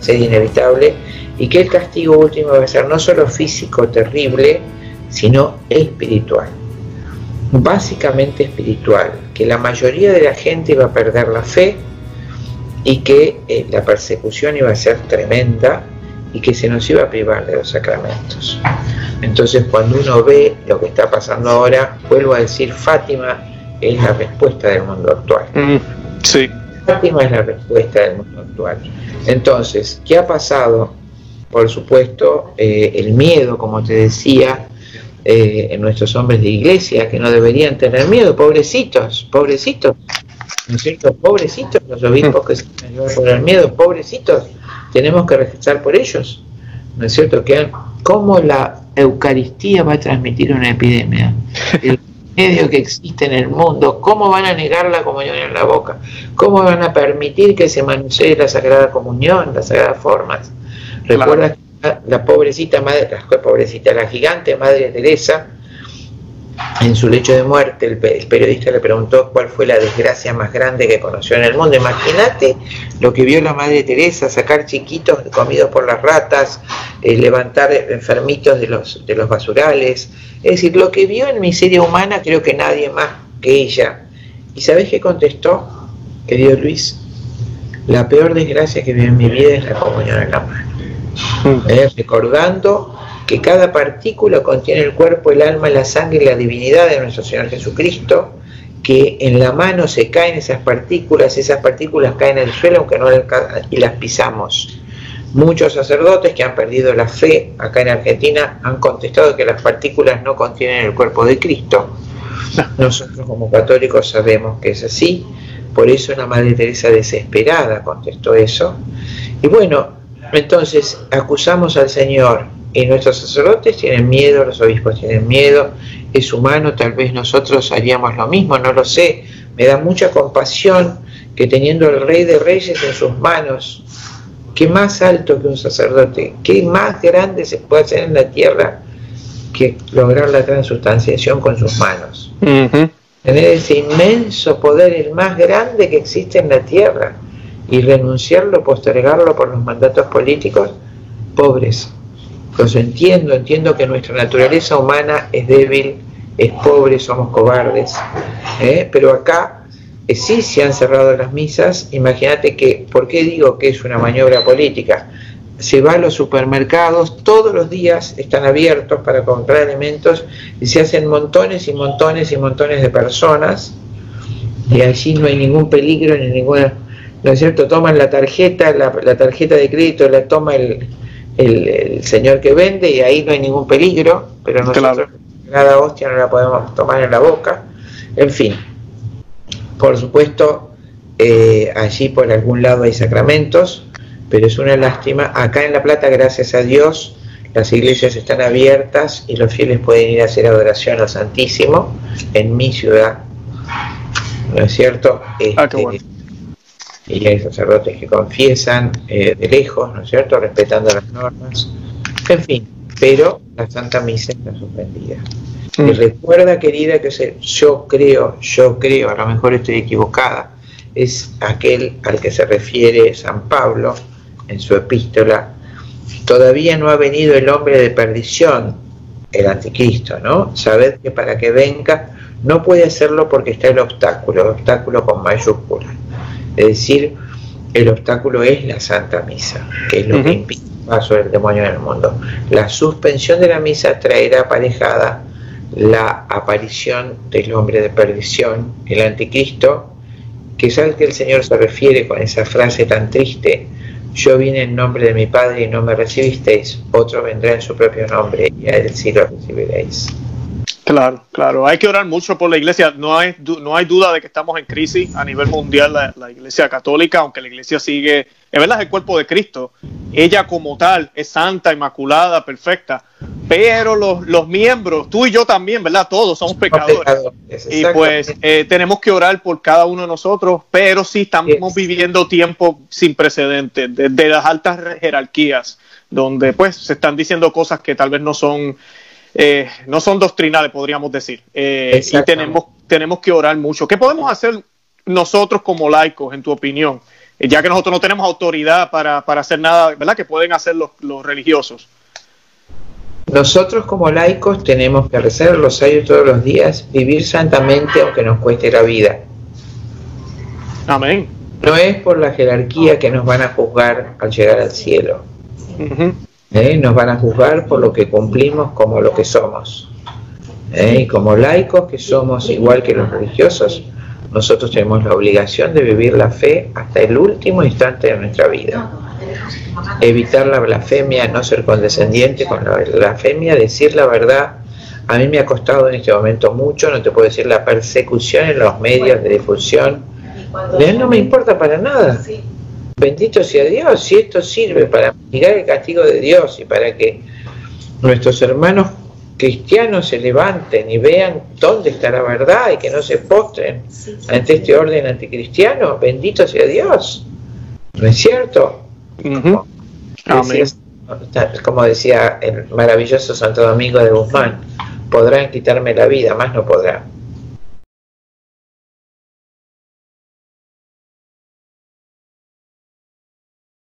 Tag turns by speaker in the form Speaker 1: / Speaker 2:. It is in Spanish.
Speaker 1: ser inevitable, y que el castigo último va a ser no solo físico terrible, sino espiritual. Básicamente espiritual, que la mayoría de la gente iba a perder la fe y que la persecución iba a ser tremenda y que se nos iba a privar de los sacramentos. Entonces, cuando uno ve lo que está pasando ahora, vuelvo a decir, Fátima es la respuesta del mundo actual.
Speaker 2: Sí.
Speaker 1: Fátima es la respuesta del mundo actual. Entonces, ¿qué ha pasado? Por supuesto, el miedo, como te decía, en nuestros hombres de iglesia, que no deberían tener miedo, pobrecitos, ¿no es cierto? Pobrecitos los obispos que se han llevado por el miedo, pobrecitos, tenemos que rezar por ellos, ¿no es cierto? ¿Cómo la Eucaristía va a transmitir una epidemia? El medio que existe en el mundo, ¿cómo van a negar la comunión en la boca? ¿Cómo van a permitir que se manosee la Sagrada Comunión, las Sagradas Formas? Recuerda que la pobrecita madre, la gigante Madre Teresa, en su lecho de muerte, el periodista le preguntó cuál fue la desgracia más grande que conoció en el mundo. Imagínate lo que vio la Madre Teresa: sacar chiquitos comidos por las ratas, levantar enfermitos de los basurales. Es decir, lo que vio en miseria humana, creo que nadie más que ella. ¿Y sabés qué contestó, querido Luis? La peor desgracia que vi en mi vida es la comunión en la mano. Recordando que cada partícula contiene el cuerpo, el alma, la sangre y la divinidad de nuestro Señor Jesucristo, que en la mano se caen esas partículas caen al suelo aunque no y las pisamos. Muchos sacerdotes que han perdido la fe acá en Argentina han contestado que las partículas no contienen el cuerpo de Cristo. Nosotros como católicos sabemos que es así, por eso la Madre Teresa desesperada contestó eso. Y bueno, entonces acusamos al Señor, y nuestros sacerdotes tienen miedo, los obispos tienen miedo, es humano, tal vez nosotros haríamos lo mismo, no lo sé. Me da mucha compasión que teniendo al Rey de Reyes en sus manos, ¿qué más alto que un sacerdote? ¿Qué más grande se puede hacer en la tierra que lograr la transustanciación con sus manos? Tener ese inmenso poder, el más grande que existe en la tierra, y renunciarlo, postergarlo por los mandatos políticos. Pobres. Los entiendo que nuestra naturaleza humana es débil, es pobre, somos cobardes, pero acá sí se han cerrado las misas. Imagínate que, ¿por qué digo que es una maniobra política? Se va a los supermercados, todos los días están abiertos para comprar alimentos y se hacen montones y montones y montones de personas, y allí no hay ningún peligro ni ninguna, ¿no es cierto? Toman la tarjeta, la tarjeta de crédito la toma el señor que vende y ahí no hay ningún peligro, pero nosotros cada hostia no la podemos tomar en la boca. En fin, por supuesto, allí por algún lado hay sacramentos, pero es una lástima. Acá en La Plata, gracias a Dios, las iglesias están abiertas y los fieles pueden ir a hacer adoración al Santísimo en mi ciudad, ¿no es cierto? Qué bueno. Y hay sacerdotes que confiesan de lejos, ¿no es cierto?, respetando las normas, en fin, pero la Santa Misa está suspendida. Y recuerda, querida, que yo creo, a lo mejor estoy equivocada, es aquel al que se refiere San Pablo en su epístola: todavía no ha venido el hombre de perdición, el anticristo, ¿no? Sabed que para que venga no puede hacerlo porque está el obstáculo con mayúsculas. Es decir, el obstáculo es la Santa Misa, que es lo que impide el paso del demonio en el mundo. La suspensión de la misa traerá aparejada la aparición del hombre de perdición, el anticristo, que es al que el Señor se refiere con esa frase tan triste: yo vine en nombre de mi Padre y no me recibisteis, otro vendrá en su propio nombre y a él sí lo recibiréis.
Speaker 2: Claro, hay que orar mucho por la iglesia. No hay duda de que estamos en crisis a nivel mundial, la iglesia católica, aunque la iglesia sigue, en verdad es el cuerpo de Cristo, ella como tal es santa, inmaculada, perfecta, pero los miembros, tú y yo también, ¿verdad? Todos somos pecadores, y pues tenemos que orar por cada uno de nosotros, pero sí estamos viviendo tiempos sin precedentes, de las altas jerarquías, donde pues se están diciendo cosas que tal vez no son doctrinales, podríamos decir, y tenemos que orar mucho. ¿Qué podemos hacer nosotros como laicos, en tu opinión, ya que nosotros no tenemos autoridad para hacer nada, ¿verdad?, que pueden hacer los religiosos.
Speaker 1: Nosotros como laicos tenemos que rezar el rosario todos los días, vivir santamente aunque nos cueste la vida.
Speaker 2: Amén.
Speaker 1: No es por la jerarquía que nos van a juzgar al llegar al cielo. Nos van a juzgar por lo que cumplimos como lo que somos. Y como laicos que somos igual que los religiosos, nosotros tenemos la obligación de vivir la fe hasta el último instante de nuestra vida. Evitar la blasfemia, no ser condescendiente con la blasfemia, decir la verdad. A mí me ha costado en este momento mucho, no te puedo decir, la persecución en los medios de difusión. No me importa para nada. Bendito sea Dios, si esto sirve para mitigar el castigo de Dios y para que nuestros hermanos cristianos se levanten y vean dónde está la verdad y que no se postren ante este orden anticristiano, bendito sea Dios. ¿No es cierto? Como decía el maravilloso Santo Domingo de Guzmán, podrán quitarme la vida, más no podrán.